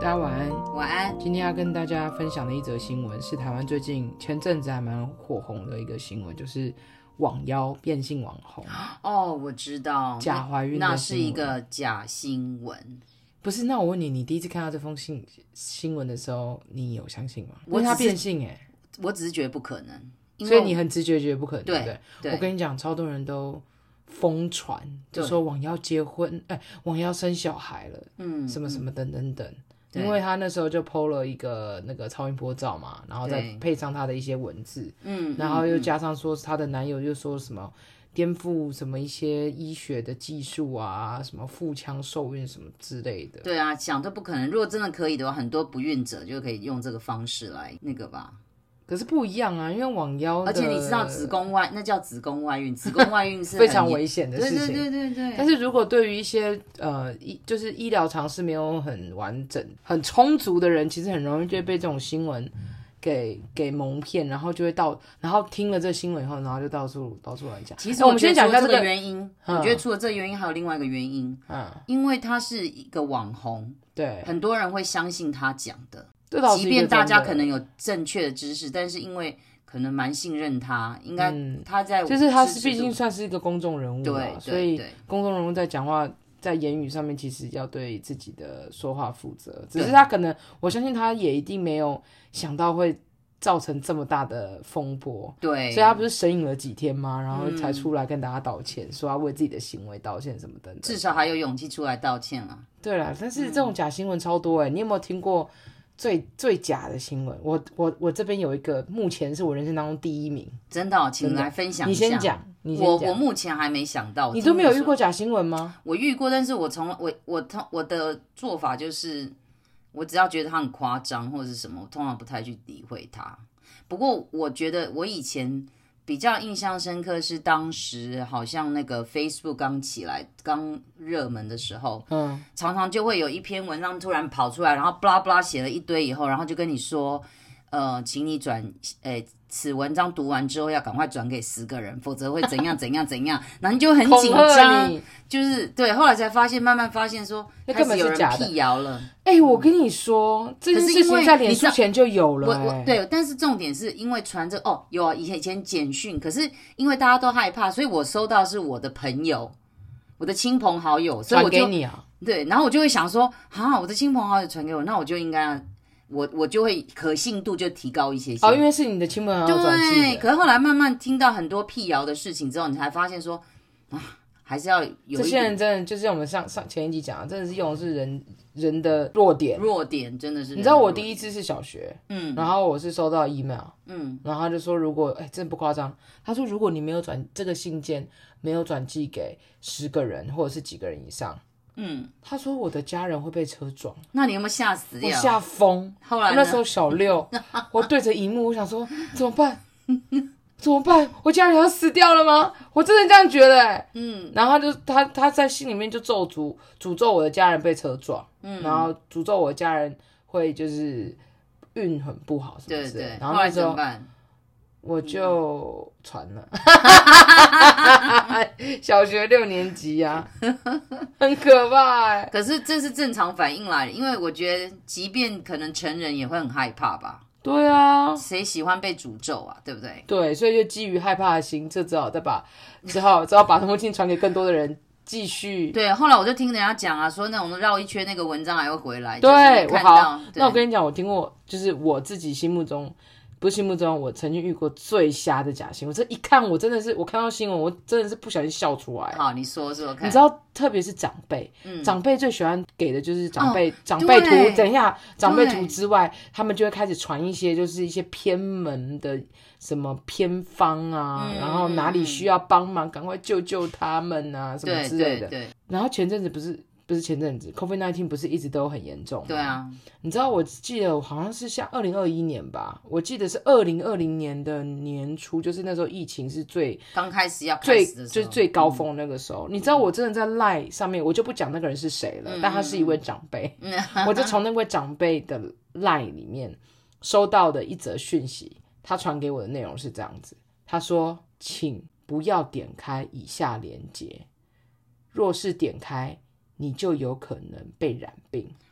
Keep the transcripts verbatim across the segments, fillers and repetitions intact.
大家晚安。 晚安。 今天要跟大家分享的一则新闻是台湾最近前阵子还蛮火红的一个新闻，就是网妖变性网红。 哦，我知道， 假怀孕的新闻， 那是一个假新闻。 不是，那我问你，你第一次看到这封信新闻的时候，你有相信吗？因为他变性哎、欸， 我只是觉得不可能， 所以你很直觉觉得不可能，对不对？ 对， 我跟你讲，超多人都疯传，就说网妖结婚，哎，网妖生小孩了，嗯，什么什么等等等。因为他那时候就 po 了一个那个超音波照嘛，然后再配上他的一些文字，嗯，然后又加上说他的男友又说什么颠覆什么一些医学的技术啊，什么腹腔受孕什么之类的。 对啊，想都不可能。如果真的可以的话，很多不孕者就可以用这个方式来那个吧。 可是不一样啊，因为网妖， 而且你知道子宫外那叫子宫外孕，子宫外孕是非常危险的事情。 对对对对对。 但是如果对于一些呃医就是医疗常识没有很完整、很充足的人，其实很容易就会被这种新闻给给蒙骗，然后就会到，然后听了这新闻以后，然后就到处到处来讲。 其实我们先讲一下这个原因，嗯、我觉得除了这个原因，还有另外一个原因，嗯，因为他是一个网红， 对， 很多人会相信他讲的。即便大家可能有正确的知识，但是因为可能蛮信任他，应该他在、 嗯、就是他是毕竟算是一个公众人物， 对， 所以公众人物在讲话在言语上面其实要对自己的说话负责。只是他可能，我相信他也一定没有想到会造成这么大的风波， 对， 所以他不是神隐了几天吗？然后才出来跟大家道歉，嗯、说要为自己的行为道歉什么的， 至少还有勇气出来道歉啊。 对啦，但是这种假新闻超多哎、欸，你有没有听过？最最假的新闻，我我我这边有一个，目前是我人生当中第一名， 真的、哦，请来分享一下。你先讲，你先讲。 我我目前还没想到， 你都没有遇过假新闻吗？ 我遇过，但是我从我我我的做法就是，我只要觉得它很夸张或者是什么，我通常不太去理会它。不过我觉得我以前比较印象深刻是当时好像那个 Facebook 刚起来、刚热门的时候，嗯，常常就会有一篇文章突然跑出来，然后 blah blah 写了一堆以后，然后就跟你说，呃，请你转，诶，此文章读完之后要赶快转给十个人，否则会怎样怎样怎样，然后你就很紧张，就是对，后来才发现，慢慢发现说，开始有人辟谣了。 哎、欸，我跟你说，这件事情在脸书前就有了、欸。 我我对，但是重点是因为传这哦，有啊，以前以前简讯，可是因为大家都害怕，所以我收到是我的朋友、我的亲朋好友，所以我就传给你啊。 对，然后我就会想说，啊，我的亲朋好友传给我，那我就应该，我我就会可信度就提高一些些。 哦，因为是你的亲朋好友转寄的。 对，可是后来慢慢听到很多辟谣的事情之后，你才发现说，啊，还是要有一这些人真的就是我们上上前一集讲的，真的是用的是人。人的弱点， 弱点真的是。 你知道我第一次是小学，嗯，然后我是收到 email， 嗯，然后他就说如果，哎，真的不夸张，他说如果你没有转这个信件，没有转寄给十个人或者是几个人以上，嗯，他说我的家人会被车撞。 那你有没有吓死掉？ 我吓疯。 后来呢？ 那时候小六，我对着荧幕，我想说怎么办？怎么办？我家人要死掉了吗？我真的这样觉得哎、欸。嗯，然后他就他他在心里面就咒诅诅咒我的家人被车撞，嗯，然后诅咒我的家人会就是运很不好什么之类的。 对对。 然后那时候怎么办？ 我就传了，小学六年级啊，很可怕哎、欸。 可是这是正常反应来的，因为我觉得即便可能成人也会很害怕吧。 对啊， 谁喜欢被诅咒啊？对不对？ 对，所以就基于害怕的心，这只好再把，只好只好把通信传给更多的人，继续。 对，后来我就听人家讲啊，说那种绕一圈那个文章还会回来。 对， 就是、 我好，那我跟你讲，我听过，就是我自己心目中。不是心目中，我曾经遇过最瞎的假新闻。这一看，我真的是，我看到新闻，我真的是不小心笑出来。 好，你说说看。 你知道，特别是长辈，嗯、长辈最喜欢给的就是长辈、哦、长辈图。等一下，长辈图之外，他们就会开始传一些，就是一些偏门的什么偏方啊，嗯、然后哪里需要帮忙，赶快救救他们啊，什么之类的。 对对对。 然后前阵子不是。不是前阵子 COVID 十九 不是一直都很严重吗？ 对啊， 你知道我记得好像是像二零二一年吧，我记得是二零二零年的年初，就是那时候疫情是最刚开始要开始的时候， 最就是最高峰那个时候。嗯、你知道我真的在 Line 上面，我就不讲那个人是谁了，嗯、但他是一位长辈，嗯、我就从那位长辈的 Line 里面收到的一则讯息，他传给我的内容是这样子，他说：“请不要点开以下连结，若是点开。”你就有可能被染病。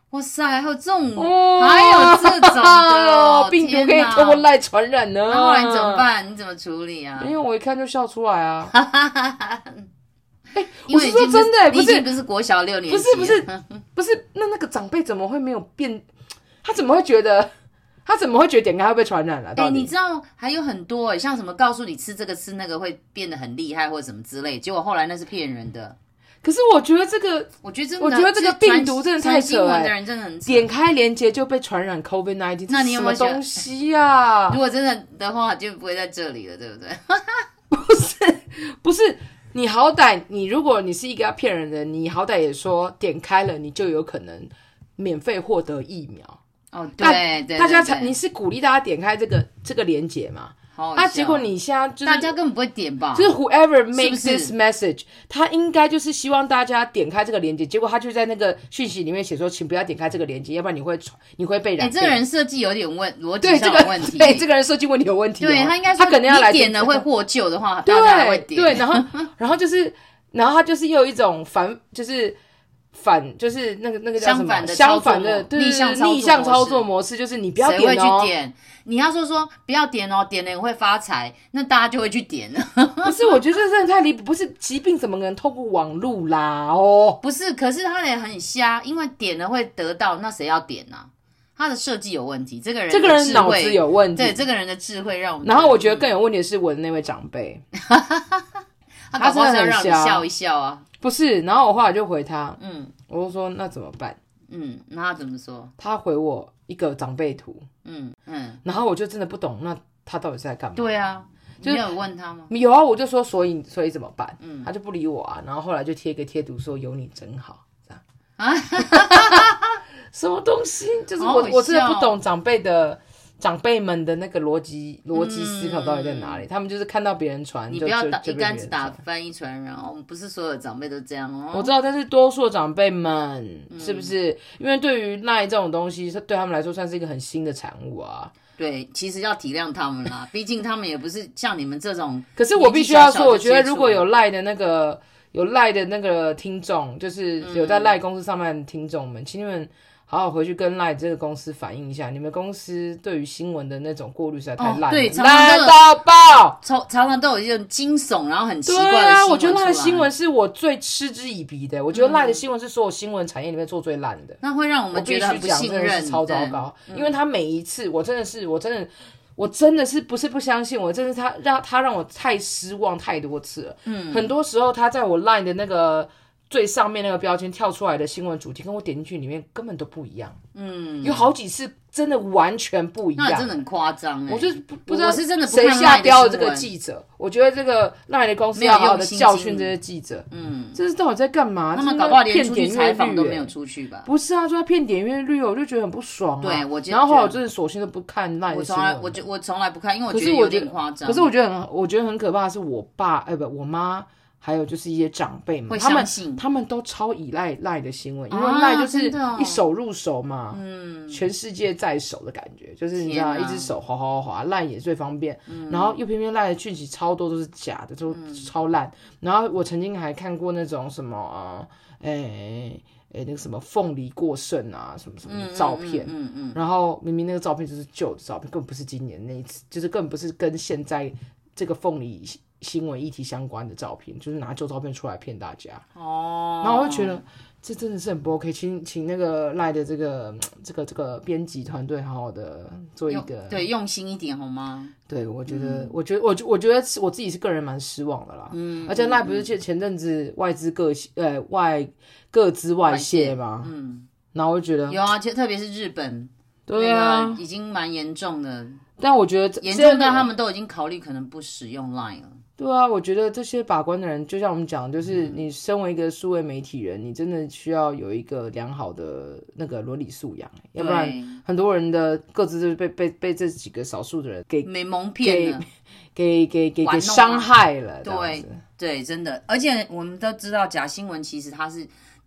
哇塞，还有这种，哦、还有这种的、哦、 病毒可以透过赖传染呢。 那后来你怎么办？你怎么处理啊？ 因为我一看就笑出来啊。 哎、欸，我是说真的、欸，不是不是国小六年级， 不是不是不是，那那个长辈怎么会没有变？他怎么会觉得？他怎么会觉得点开会被传染了、啊？哎、欸， 你知道还有很多哎、欸，像什么告诉你吃这个吃那个会变得很厉害或者什么之类，结果后来那是骗人的。 可是我觉得这个， 我觉得真的， 我觉得这个病毒真的太扯了、欸。 的人真的很扯， 点开连结就被传染 COVID 十九， 那你有没有什么东西啊？ 如果真的的话，就不会在这里了，对不对？ 不是，不是，你好歹你如果你是一个要骗人的人，你好歹也说点开了，你就有可能免费获得疫苗。 哦，对对， 大家才你是鼓励大家点开这个这个连结嘛？啊，结果你现在就是大家根本不会点吧？ 就是 whoever makes this message， 他应该就是希望大家点开这个连结，结果他就在那个讯息里面写说，请不要点开这个连结，要不然你会你会被染病。 哎、欸，这个人设计有点问逻辑上有问题。 对，这个人设计问题有问题、哦。 对他应该说， 他可能要来你点了会获救的话， 对大家才会点。 对，然后然后就是然后他就是又有一种反就是。反就是那个那个叫什么？ 相反的相反的逆向逆向操作模式，就是你不要点哦。 谁会去点？你要说说不要点哦，点了你会发财，那大家就会去点了。 不是，我觉得这真的太离谱。不是疾病怎么可能透过网路啦？哦， 不是，可是他也很瞎，因为点了会得到，那谁要点啊？他的设计有问题，这个人这个人脑子有问题， 对这个人的智慧让我们。 然后我觉得更有问题的是我的那位长辈， 他搞不好是要让你笑一笑啊。 不是，然后我后来就回他，嗯，我就说那怎么办？ 嗯，那他怎么说？ 他回我一个长辈图，嗯嗯，然后我就真的不懂，那他到底是在干嘛？ 对啊，你有问他吗？ 有啊，我就说所以所以怎么办？嗯，他就不理我啊，然后后来就贴一个贴图说有你真好，这样啊，什么东西？就是我我真的不懂长辈的。长辈们的那个逻辑逻辑思考到底在哪里、嗯？他们就是看到别人传， 你不要打一竿子打翻一船人哦。不是所有的长辈都这样哦。 我知道，但是多数的长辈们、嗯、是不是？因为对于赖这种东西，对他们来说算是一个很新的产物啊。 对，其实要体谅他们啦，毕竟他们也不是像你们这种。 可是我必须要说，我觉得如果有赖的那个有赖的那个听众，就是有在赖公司上班的听众们，请你们。好好回去跟 Line 这个公司反映一下，你们公司对于新闻的那种过滤实在太烂了， 对， 烂到爆， 常常都有一些惊悚，然后很奇怪的新闻。 对啊，我觉得 Line 的新闻是我最嗤之以鼻的。我觉得 Line 的新闻是所有新闻产业里面做最烂的， 那会让我们觉得很不信任， 超糟糕。因为他每一次，我真的是，我真的。我真的是不是不相信，我真的是他让他让我太失望太多次了。嗯，很多时候他在我 Line 的那个。最上面那个标签跳出来的新闻主题跟我点进去里面根本都不一样，嗯，有好几次真的完全不一样， 那真的很夸张哎！ 我就不不知道我是真的不谁下标的这个记者，我觉得这个赖的公司要好好的教训这些记者，嗯，这是到底在干嘛？ 他们搞不好连出去采访都没有出去吧？ 不是啊，就在骗点阅率，我就觉得很不爽啊。 对，我然后后来我真的索性都不看赖的新闻， 我从来我就我从来不看，因为我觉得有点夸张。 可是我觉得很我觉得很可怕的是我爸哎不我妈。还有就是一些长辈们，他们他们都超依赖赖的新闻，因为赖就是一手入手嘛，嗯、哦，全世界在手的感觉，就是你知道，一只手滑滑滑，赖也最方便，嗯、然后又偏偏赖的讯息超多都是假的，都超烂。嗯、然后我曾经还看过那种什么啊，诶、欸、诶、欸、那个什么凤梨过剩啊，什么什么的照片，嗯 嗯, 嗯, 嗯，然后明明那个照片就是旧的照片，根本不是今年那一次，就是根本不是跟现在这个凤梨。新闻议题相关的照片，就是拿旧照片出来骗大家哦，然后我就觉得这真的是很不 OK， 请请那个赖的这个这个这个编辑团队好好的做一个对用心一点好吗？ 对，我觉得、嗯、我觉得我我觉得我自己是个人蛮失望的啦，嗯，而且赖不是前前阵子外资各呃外各资外泄吗？嗯，然后我就觉得有啊，特别是日本， 对啊， 那个、已经蛮严重的， 但我觉得严重到他们都已经考虑可能不使用 Line 了。 对啊，我觉得这些把关的人，就像我们讲，就是你身为一个数位媒体人，你真的需要有一个良好的那个伦理素养，要不然很多人的各自就是被被被这几个少数的人给没蒙骗了， 给给给给伤害了。 对对，真的，而且我们都知道假新闻其实它是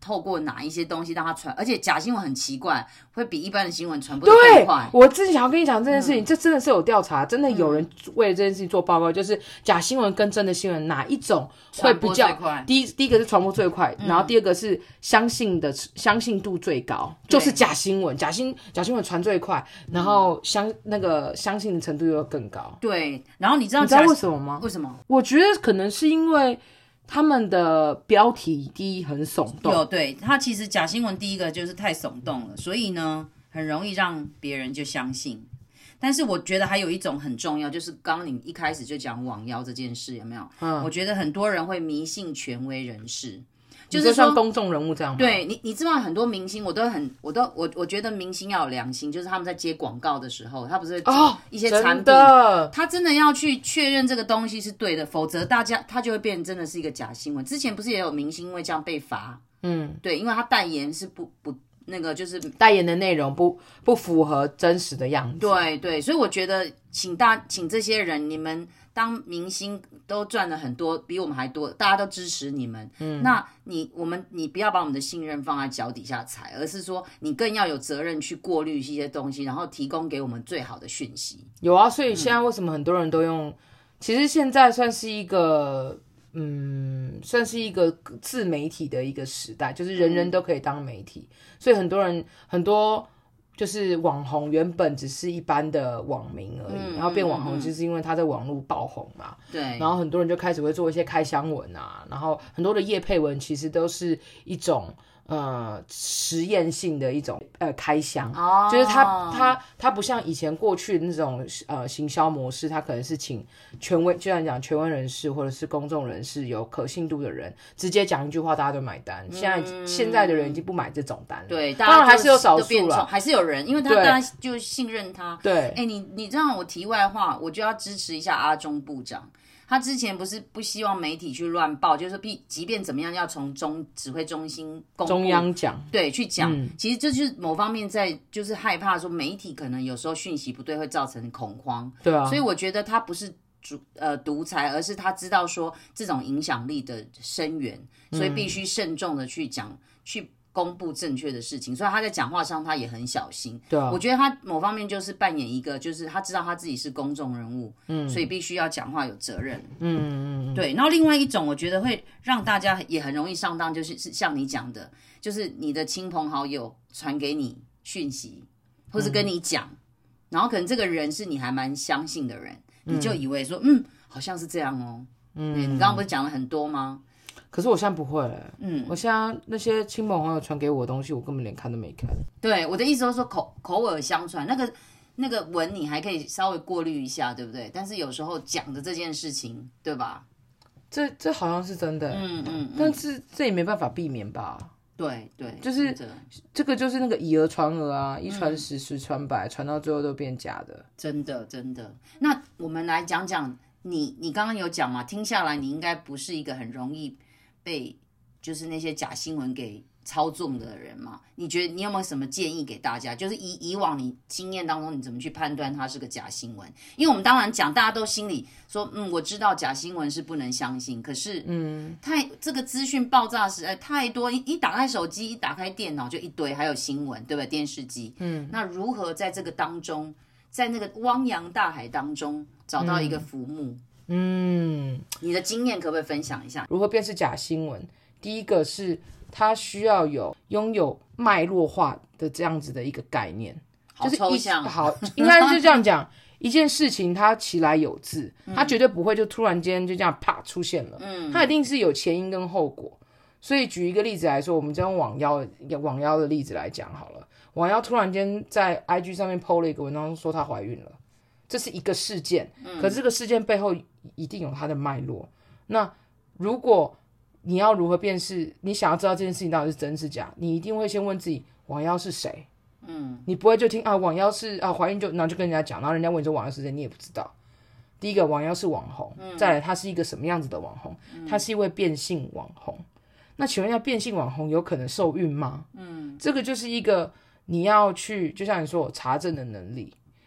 透过哪一些东西让它传，而且假新闻很奇怪，会比一般的新闻传播的更快。 对，我之前想要跟你讲这件事情，嗯、这真的是有调查，真的有人为了这件事情做报告，嗯、就是假新闻跟真的新闻哪一种会比较第一第一个是传播最快，嗯、然后第二个是相信的相信度最高，就是假新闻，假新假新闻传最快，然后相那个相信的程度又更高。 对，然后你知道你知道为什么吗？ 为什么？ 我觉得可能是因为他们的标题第一很耸动， 有对它其实假新闻第一个就是太耸动了，所以呢很容易让别人就相信。但是我觉得还有一种很重要，就是刚刚你一开始就讲网妖这件事，有没有？嗯，我觉得很多人会迷信权威人士。就是说像公众人物这样吗？ 对你，你知道很多明星，我都很，我都我我觉得明星要有良心，就是他们在接广告的时候，他不是哦一些产品， 真他真的要去确认这个东西是对的，否则大家他就会变成真的是一个假新闻。之前不是也有明星因为这样被罚？嗯，对，因为他代言是不不那个就是代言的内容不不符合真实的样子。 对对，所以我觉得请大请这些人，你们当明星都赚了很多，比我们还多，大家都支持你们。嗯，那你我们你不要把我们的信任放在脚底下踩，而是说你更要有责任去过滤一些东西，然后提供给我们最好的讯息。 有啊，所以现在为什么很多人都用？嗯、其实现在算是一个。嗯，算是一个自媒体的一个时代，就是人人都可以当媒体，嗯、所以很多人很多就是网红原本只是一般的网民而已，嗯、然后变网红就是因为他在网络爆红嘛。 对， 然后很多人就开始会做一些开箱文啊，然后很多的业配文其实都是一种。呃，实验性的一种呃开箱，哦、就是它它它不像以前过去的那种呃行销模式，它可能是请权威，就像讲权威人士或者是公众人士有可信度的人直接讲一句话，大家都买单。嗯、现在现在的人已经不买这种单了， 对， 当然还是有少数了， 还是有人，因为他当然就信任他。 对， 哎、欸，你你这样我题外话，我就要支持一下阿中部长。他之前不是不希望媒体去乱报，就是必即便怎么样要从中指挥中心公布中央讲， 对，去讲。嗯、其实这就是某方面在就是害怕说媒体可能有时候讯息不对会造成恐慌。 对啊， 所以我觉得他不是主呃独裁，而是他知道说这种影响力的深远，所以必须慎重的去讲、嗯、去。公布正确的事情，所以他在讲话上他也很小心。 对啊， 我觉得他某方面就是扮演一个，就是他知道他自己是公众人物，嗯，所以必须要讲话有责任。嗯嗯嗯，对。然后另外一种，我觉得会让大家也很容易上当，就是是像你讲的，就是你的亲朋好友传给你讯息，或是跟你讲，嗯、然后可能这个人是你还蛮相信的人，你就以为说，嗯，嗯好像是这样哦。嗯，你刚刚不是讲了很多吗？ 可是我现在不会了，嗯，我现在那些亲朋好友传给我的东西，我根本连看都没看。 对，我的意思就是说口口耳相传，那个那个文你还可以稍微过滤一下，对不对？但是有时候讲的这件事情，对吧？ 这这好像是真的，嗯嗯嗯，但是这也没办法避免吧？ 对对， 就是这个就是那个以讹传讹啊，一传十，十传百，传到最后都变假的。 真的真的。那我们来讲讲你，你刚刚有讲嘛？听下来你应该不是一个很容易被就是那些假新闻给操纵的人嘛？你觉得你有没有什么建议给大家？就是以以往你经验当中，你怎么去判断它是个假新闻？因为我们当然讲，大家都心里说，嗯，我知道假新闻是不能相信，可是，嗯，太这个资讯爆炸实在太多，一一打开手机，一打开电脑就一堆，还有新闻，对不对？电视机，嗯，那如何在这个当中，在那个汪洋大海当中找到一个浮木？嗯，你的经验可不可以分享一下？ 如何辨识假新闻？第一个是它需要有拥有脉络化的这样子的一个概念， 好抽象。 好，应该是这样讲，一件事情它其来有自，它绝对不会就突然间就这样啪出现了，嗯，它一定是有前因跟后果。所以举一个例子来说，我们就用网妖网妖的例子来讲好了。网妖突然间在 I G 上面 po 了一个文章，说她怀孕了。这是一个事件，可是这个事件背后一定有它的脉络。那如果你要如何辨识，你想要知道这件事情到底是真是假，你一定会先问自己，网妖是谁？嗯，你不会就听啊，网妖是啊怀孕就然后就跟人家讲，然后人家问你说网妖是谁，你也不知道。第一个，网妖是网红，嗯、再来他是一个什么样子的网红？嗯、他是一位变性网红。那请问一下，变性网红有可能受孕吗？嗯，这个就是一个你要去，就像你说有查证的能力。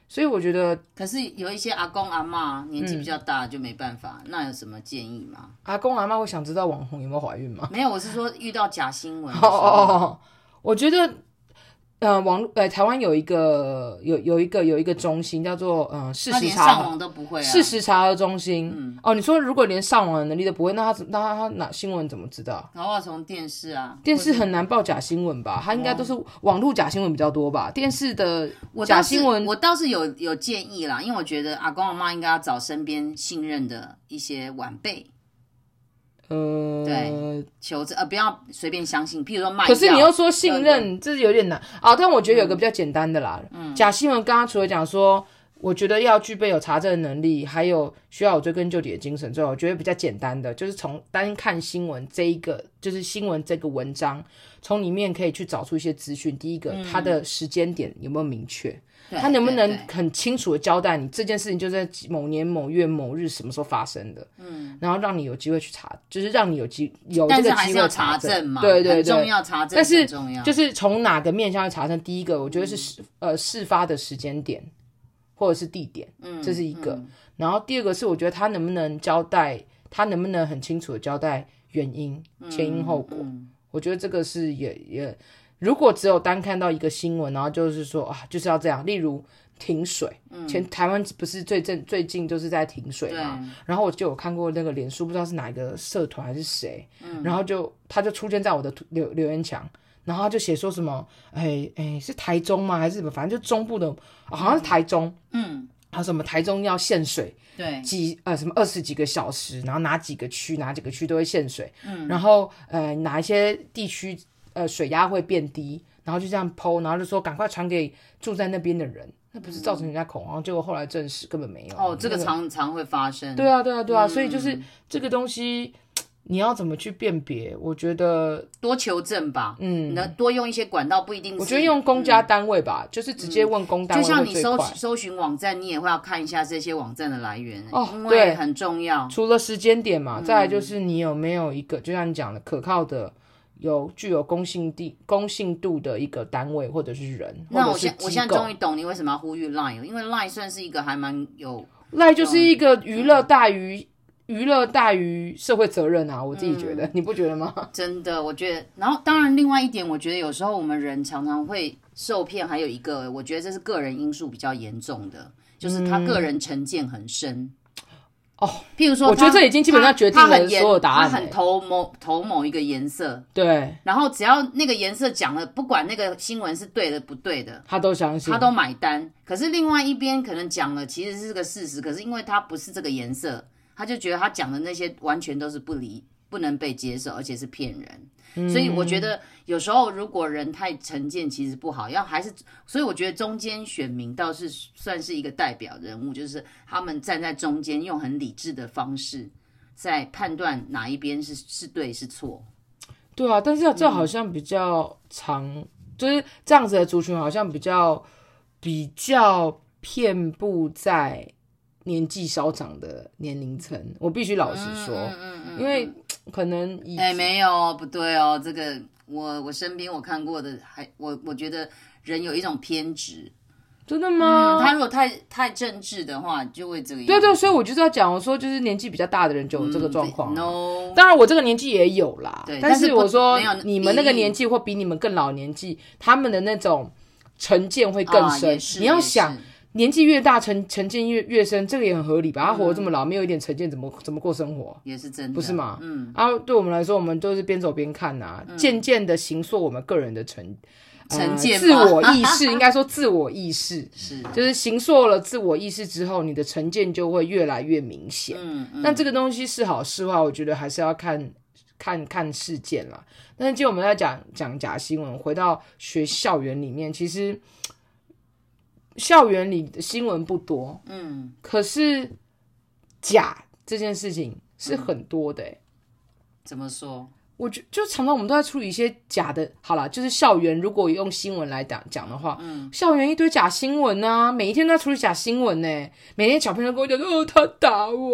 所以我觉得， 可是有一些阿公阿嬷年纪比较大就没办法，嗯、那有什么建议吗？ 阿公阿嬷会想知道网红有没有怀孕吗？ 没有，我是说遇到假新闻。 哦哦哦，我觉得。呃，网呃，台湾有一个有有一个有一个中心叫做呃事实查上网都不会、啊， 事实查核中心。嗯，哦，你说如果连上网的能力都不会，那他那他他哪新闻怎么知道？ 然后从电视啊， 电视很难报假新闻吧？他应该都是网络假新闻比较多吧？电视的假新闻， 我倒是有有建议啦，因为我觉得阿公阿妈应该要找身边信任的一些晚辈。呃，对，求证呃，不要随便相信。譬如说卖药， 可是你又说信任，这是有点难啊、哦。但我觉得有个比较简单的啦，嗯、假新闻刚刚除了讲说，我觉得要具备有查证的能力，还有需要有追根究底的精神之外，我觉得比较简单的就是从单看新闻这一个，就是新闻这个文章，从里面可以去找出一些资讯。第一个，嗯、它的时间点有没有明确？他能不能很清楚的交代你这件事情就在某年某月某日什么时候发生的，嗯，然后让你有机会去查，就是让你有机有这个机会查证嘛， 对对对， 很重要查证， 但是重要就是从哪个面向去查证，第一个我觉得是、嗯、呃事发的时间点或者是地点，嗯，这是一个、嗯，然后第二个是我觉得他能不能交代，他能不能很清楚的交代原因、前因后果，嗯嗯、我觉得这个是也也。如果只有单看到一个新闻，然后就是说啊，就是要这样，例如停水，嗯、前台湾不是最近最近就是在停水嘛，然后我就有看过那个脸书，不知道是哪一个社团还是谁，嗯、然后就他就出现在我的留留言墙，然后他就写说什么，哎哎是台中吗？还是什么？反正就中部的，哦、好像是台中，嗯，还有什么台中要限水， 对， 几呃什么二十几个小时，然后哪几个区哪几个区都会限水，嗯，然后呃哪一些地区。呃，水压会变低，然后就这样 po， 然后就说赶快传给住在那边的人，那不是造成人家恐慌，结果后来证实根本没有。 哦，这个常、那个、常会发生。 对啊，对啊，对啊，嗯、所以就是这个东西，你要怎么去辨别？我觉得多求证吧，嗯，能多用一些管道，不一定是。 我觉得用公家单位吧，嗯、就是直接问公单位会最快。 就像你搜搜寻网站，你也会要看一下这些网站的来源，哦，因为很重要。 除了时间点嘛，嗯、再来就是你有没有一个，就像你讲的可靠的。有具有公信地公信度的一个单位或者是人， 那我现我现在终于懂你为什么要呼吁 Line 了，因为 Line 算是一个还蛮有 Line 就是一个娱乐大于娱乐大于社会责任啊，我自己觉得，嗯、你不觉得吗？ 真的，我觉得。然后当然，另外一点，我觉得有时候我们人常常会受骗，还有一个，我觉得这是个人因素比较严重的，就是他个人成见很深。嗯哦， 譬如说， 我觉得这已经基本上决定了所有答案。 他很投某投某一个颜色， 对， 然后只要那个颜色讲了，不管那个新闻是对的不对的， 他都相信， 他都买单。可是另外一边可能讲了其实是个事实，可是因为他不是这个颜色，他就觉得他讲的那些完全都是不理不能被接受，而且是骗人。嗯、所以我觉得有时候如果人太成见，其实不好，要还是所以我觉得中间选民倒是算是一个代表人物，就是他们站在中间，用很理智的方式在判断哪一边是是对是错。 对啊，但是这好像比较常，嗯、就是这样子的族群好像比较比较遍布在年纪稍长的年龄层，我必须老实说，嗯嗯嗯嗯、因为可能哎、欸、没有不对哦，这个我我身边我看过的，还我我觉得人有一种偏执。 真的吗？ 嗯、他如果太太政治的话，就会这个样子。 对对，所以我就是要讲，我说就是年纪比较大的人就有这个状况、啊。 嗯、no， 当然我这个年纪也有啦， 对， 但是我说你们那个年纪或比你们更老年纪，他们的那种成见会更深。 啊、 你要想。年纪越大，成成见越越深，这个也很合理吧？他活得这么老，没有一点成见，怎么怎么过生活？ 也是真的， 不是吗？ 嗯， 然后对我们来说，我们都是边走边看呐、啊，渐渐的形塑我们个人的成成见、 呃、自我意识，应该说自我意识是， 就是形塑了自我意识之后，你的成见就会越来越明显。嗯嗯，但这个东西是好是坏，我觉得还是要看看看事件啦。但是今天我们在讲讲假新闻，回到学校园里面，其实。校园里的新闻不多，嗯，可是假这件事情是很多的、欸嗯、 怎么说？ 我觉就常常我们都在处理一些假的。好啦，就是校园如果用新闻来讲讲的话，嗯，校园一堆假新闻啊，每一天都在处理假新闻呢、欸。每天小朋友跟我讲说，哦，他打我，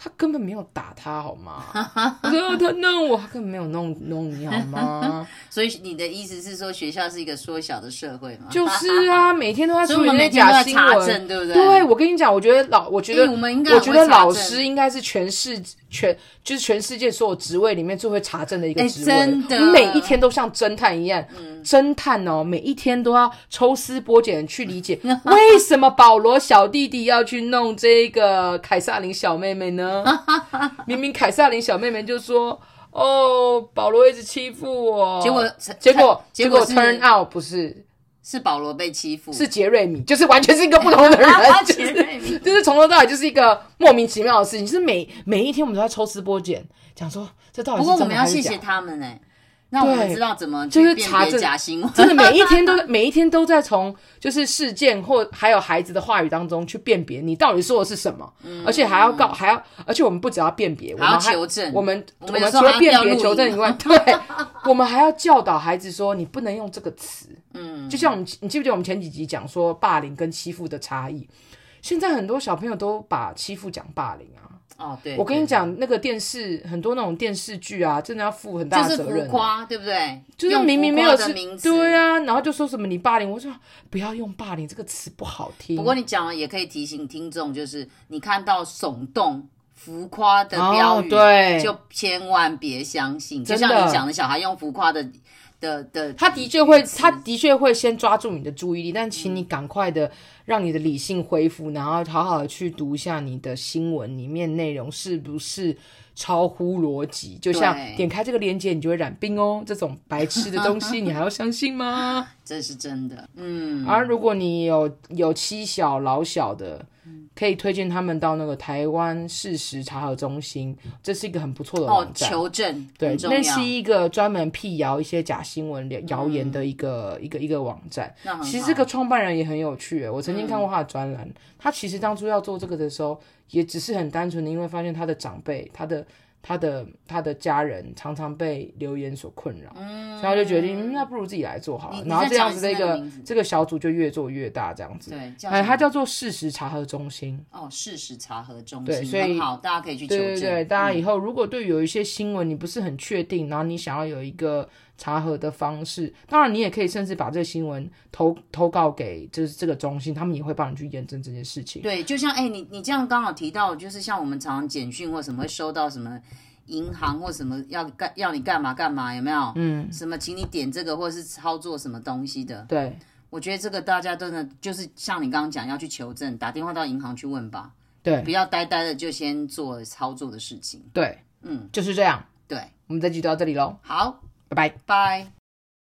他根本没有打他好吗？我说他弄我，他根本没有弄弄你好吗？ 所以你的意思是说，学校是一个缩小的社会吗？ 就是啊，每天都在处理那些假新闻， 对不对？ 对，我跟你讲，我觉得老，我觉得、 欸、我们应该我觉得老师应该是全世全就是全世界所有职位里面最会查证的一个职位， 欸、真的， 你每一天都像侦探一样，嗯、侦探哦，每一天都要抽丝剥茧去理解为什么保罗小弟弟要去弄这个凯撒琳小妹妹呢？明明凯撒琳小妹妹就说哦，保罗一直欺负我， 结果结果结果 turn out 不是是保罗被欺负， 是杰瑞米，就是完全是一个不同的人，就是就是从头到尾就是一个莫名其妙的事情，就是每每一天我们都在抽丝剥茧，讲说这到底是真的还是假的。不过我们要谢谢他们哎。那我们知道怎么去辨别假新闻， 真的每一天都每一天都在从就是事件或还有孩子的话语当中去辨别你到底说的是什么，嗯、而且还要告还要，而且我们不只要辨别， 还要求证。 我们我们除了辨别求证以外，对，我们还要教导孩子说你不能用这个词。嗯，就像我们你记不记得我们前几集讲说霸凌跟欺负的差异？现在很多小朋友都把欺负讲霸凌啊。 哦，对， 我跟你讲，那个电视很多那种电视剧啊，真的要负很大的责任， 就是浮夸，对不对？ 就是明明没有是名词， 对啊，然后就说什么你霸凌，我说不要用霸凌这个词不好听。 不过你讲了也可以提醒听众，就是你看到耸动、浮夸的标语， 哦、对， 就千万别相信。就像你讲的，小孩用浮夸的。的的， 他的确会，他的确会先抓住你的注意力，但请你赶快的让你的理性恢复，然后好好的去读一下你的新闻里面内容是不是超乎逻辑。就像点开这个链接你就会染病哦，这种白痴的东西你还要相信吗？ 这是真的。嗯， 而如果你有有妻小老小的，可以推荐他们到那个台湾事实查核中心，这是一个很不错的网站。 哦，求证， 对，那是一个专门辟谣一些假新闻、谣言的一个、嗯、一个一个网站。其实这个创办人也很有趣，我曾经看过他的专栏、嗯。他其实当初要做这个的时候，也只是很单纯的，因为发现他的长辈、他的他的他的家人常常被留言所困扰，嗯，所以他就决定、嗯、那不如自己来做好了。然后这样子的一个这个小组就越做越大，这样子。 对， 哎，它叫做事实查核中心。 哦，事实查核中心， 对，所以很好，大家可以去求证。 对对对，大家以后如果对有一些新闻你不是很确定，然后你想要有一个查核的方式，当然你也可以甚至把这个新闻投投稿给就是这个中心，他们也会帮你去验证这件事情。 对，就像哎、欸，你你这样刚好提到，就是像我们常常简讯或什么会收到什么。银行或什么要干要你干嘛干嘛有没有？嗯，什么请你点这个或是操作什么东西的？ 对， 我觉得这个大家真的就是像你刚刚讲要去求证，打电话到银行去问吧。 对， 不要呆呆的就先做操作的事情。 对，嗯，就是这样。 对， 我们这集就到这里咯。 好， 拜拜， 拜。